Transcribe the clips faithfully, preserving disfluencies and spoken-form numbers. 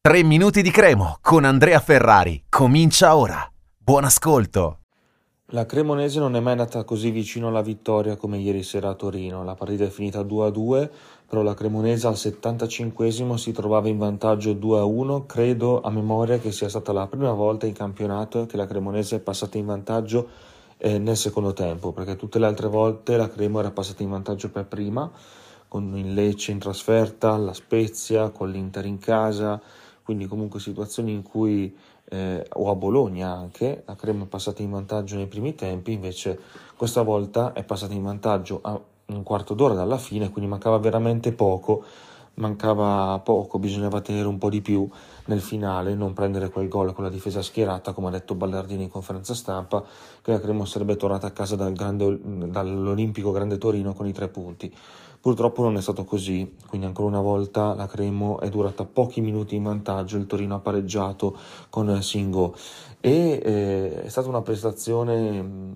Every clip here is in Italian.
Tre minuti di Cremo con Andrea Ferrari. Comincia ora. Buon ascolto. La Cremonese non è mai andata così vicino alla vittoria come ieri sera a Torino. La partita è finita due a due, però la Cremonese al settantacinquesimo si trovava in vantaggio due a uno. Credo a memoria che sia stata la prima volta in campionato che la Cremonese è passata in vantaggio eh, nel secondo tempo, perché tutte le altre volte la Cremo era passata in vantaggio per prima, con il Lecce in trasferta, la Spezia, con l'Inter in casa, quindi comunque situazioni in cui eh, o a Bologna anche la Crema è passata in vantaggio nei primi tempi. Invece questa volta è passata in vantaggio a un quarto d'ora dalla fine, quindi mancava veramente poco, mancava poco, bisognava tenere un po' di più nel finale, non prendere quel gol con la difesa schierata, come ha detto Ballardini in conferenza stampa, che la Crema sarebbe tornata a casa dal grande, dall'Olimpico Grande Torino con i tre punti. Purtroppo non è stato così, quindi ancora una volta la Cremo è durata pochi minuti in vantaggio, il Torino ha pareggiato con Singo e eh, è stata una prestazione,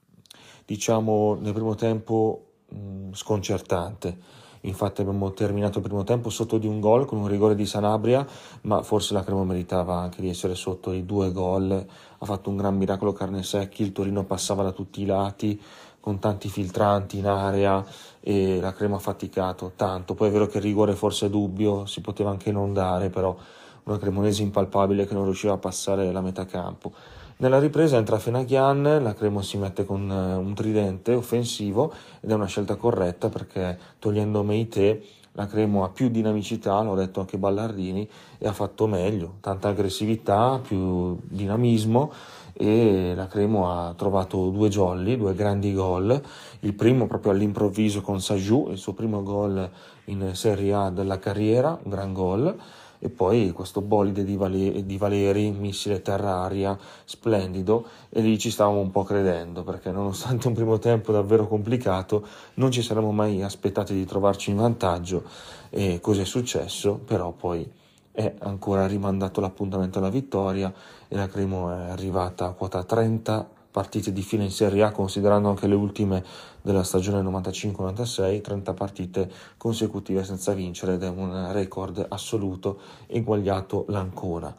diciamo, nel primo tempo mh, sconcertante. Infatti abbiamo terminato il primo tempo sotto di un gol con un rigore di Sanabria, ma forse la Cremo meritava anche di essere sotto i due gol. Ha fatto un gran miracolo Carnesecchi, il Torino passava da tutti i lati con tanti filtranti in area e la Cremo ha faticato tanto. Poi è vero che il rigore forse è dubbio, si poteva anche non dare, però una Cremonese impalpabile che non riusciva a passare la metà campo. Nella ripresa entra Fenaghian, la Cremo si mette con un tridente offensivo ed è una scelta corretta, perché togliendo Meite la Cremo ha più dinamicità, l'ho detto anche Ballardini, e ha fatto meglio, tanta aggressività, più dinamismo, e la Cremo ha trovato due jolly, due grandi gol, il primo proprio all'improvviso con Sajou, il suo primo gol in Serie A della carriera, un gran gol, e poi questo bolide di, Vale- di Valeri, missile terra-aria, splendido, e lì ci stavamo un po' credendo, perché nonostante un primo tempo davvero complicato non ci saremmo mai aspettati di trovarci in vantaggio, e così è successo. Però poi è ancora rimandato l'appuntamento alla vittoria e la Cremo è arrivata a quota trenta partite di fila in Serie A, considerando anche le ultime della stagione novantacinque novantasei, trenta partite consecutive senza vincere, ed è un record assoluto, eguagliato l'Ancona.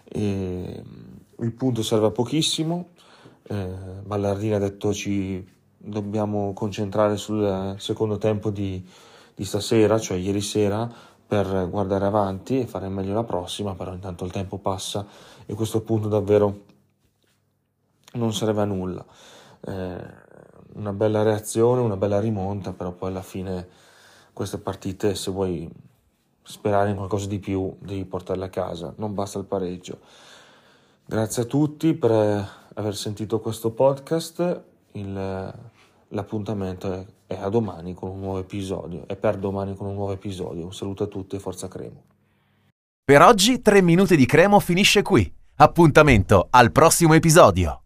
E il punto serve a pochissimo. eh, Ballardini ha detto ci dobbiamo concentrare sul secondo tempo di, di stasera, cioè ieri sera, per guardare avanti e fare meglio la prossima, però intanto il tempo passa e questo punto davvero non serve a nulla. Eh, una bella reazione, una bella rimonta, però poi alla fine queste partite, se vuoi sperare in qualcosa di più, devi portarle a casa, non basta il pareggio. Grazie a tutti per aver sentito questo podcast. Il, l'appuntamento è, è a domani con un nuovo episodio, e per domani con un nuovo episodio. Un saluto a tutti e forza Cremo. Per oggi tre minuti di Cremo finisce qui. Appuntamento al prossimo episodio.